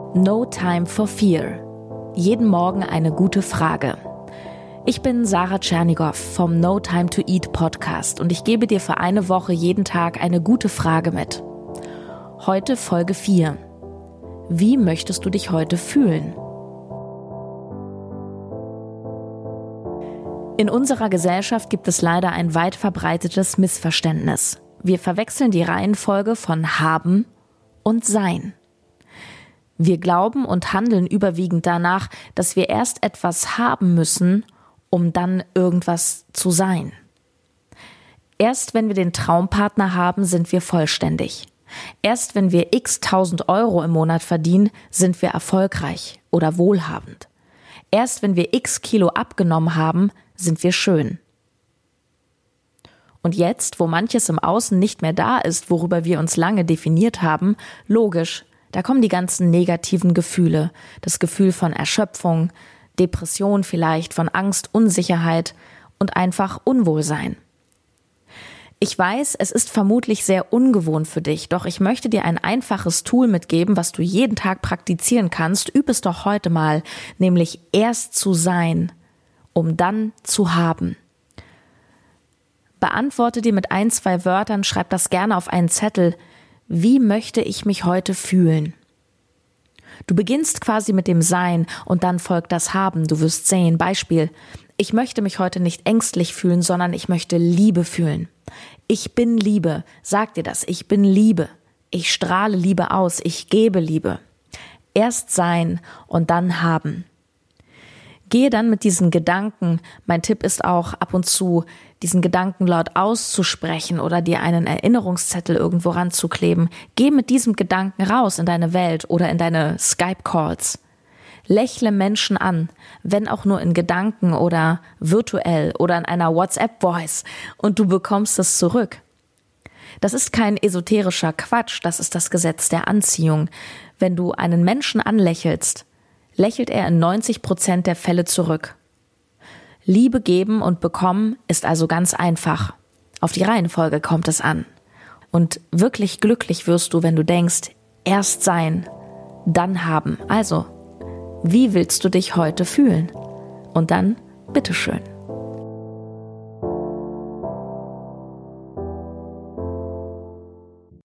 No Time for Fear. Jeden Morgen eine gute Frage. Ich bin Sarah Tschernigow vom No Time to Eat Podcast und ich gebe dir für eine Woche jeden Tag eine gute Frage mit. Heute Folge 4. Wie möchtest du dich heute fühlen? In unserer Gesellschaft gibt es leider ein weit verbreitetes Missverständnis. Wir verwechseln die Reihenfolge von haben und sein. Wir glauben und handeln überwiegend danach, dass wir erst etwas haben müssen, um dann irgendwas zu sein. Erst wenn wir den Traumpartner haben, sind wir vollständig. Erst wenn wir x 1000 Euro im Monat verdienen, sind wir erfolgreich oder wohlhabend. Erst wenn wir x Kilo abgenommen haben, sind wir schön. Und jetzt, wo manches im Außen nicht mehr da ist, worüber wir uns lange definiert haben, logisch, da kommen die ganzen negativen Gefühle, das Gefühl von Erschöpfung, Depression vielleicht, von Angst, Unsicherheit und einfach Unwohlsein. Ich weiß, es ist vermutlich sehr ungewohnt für dich, doch ich möchte dir ein einfaches Tool mitgeben, was du jeden Tag praktizieren kannst. Üb es doch heute mal, nämlich erst zu sein, um dann zu haben. Beantworte dir mit 1, 2 Wörtern, schreib das gerne auf einen Zettel. Wie möchte ich mich heute fühlen? Du beginnst quasi mit dem Sein und dann folgt das Haben. Du wirst sehen. Beispiel: Ich möchte mich heute nicht ängstlich fühlen, sondern ich möchte Liebe fühlen. Ich bin Liebe. Sag dir das. Ich bin Liebe. Ich strahle Liebe aus. Ich gebe Liebe. Erst sein und dann haben. Gehe dann mit diesen Gedanken, mein Tipp ist auch ab und zu, diesen Gedanken laut auszusprechen oder dir einen Erinnerungszettel irgendwo ranzukleben. Geh mit diesem Gedanken raus in deine Welt oder in deine Skype-Calls. Lächle Menschen an, wenn auch nur in Gedanken oder virtuell oder in einer WhatsApp-Voice und du bekommst es zurück. Das ist kein esoterischer Quatsch, das ist das Gesetz der Anziehung. Wenn du einen Menschen anlächelst, lächelt er in 90% der Fälle zurück. Liebe geben und bekommen ist also ganz einfach. Auf die Reihenfolge kommt es an. Und wirklich glücklich wirst du, wenn du denkst, erst sein, dann haben. Also, wie willst du dich heute fühlen? Und dann, bitteschön.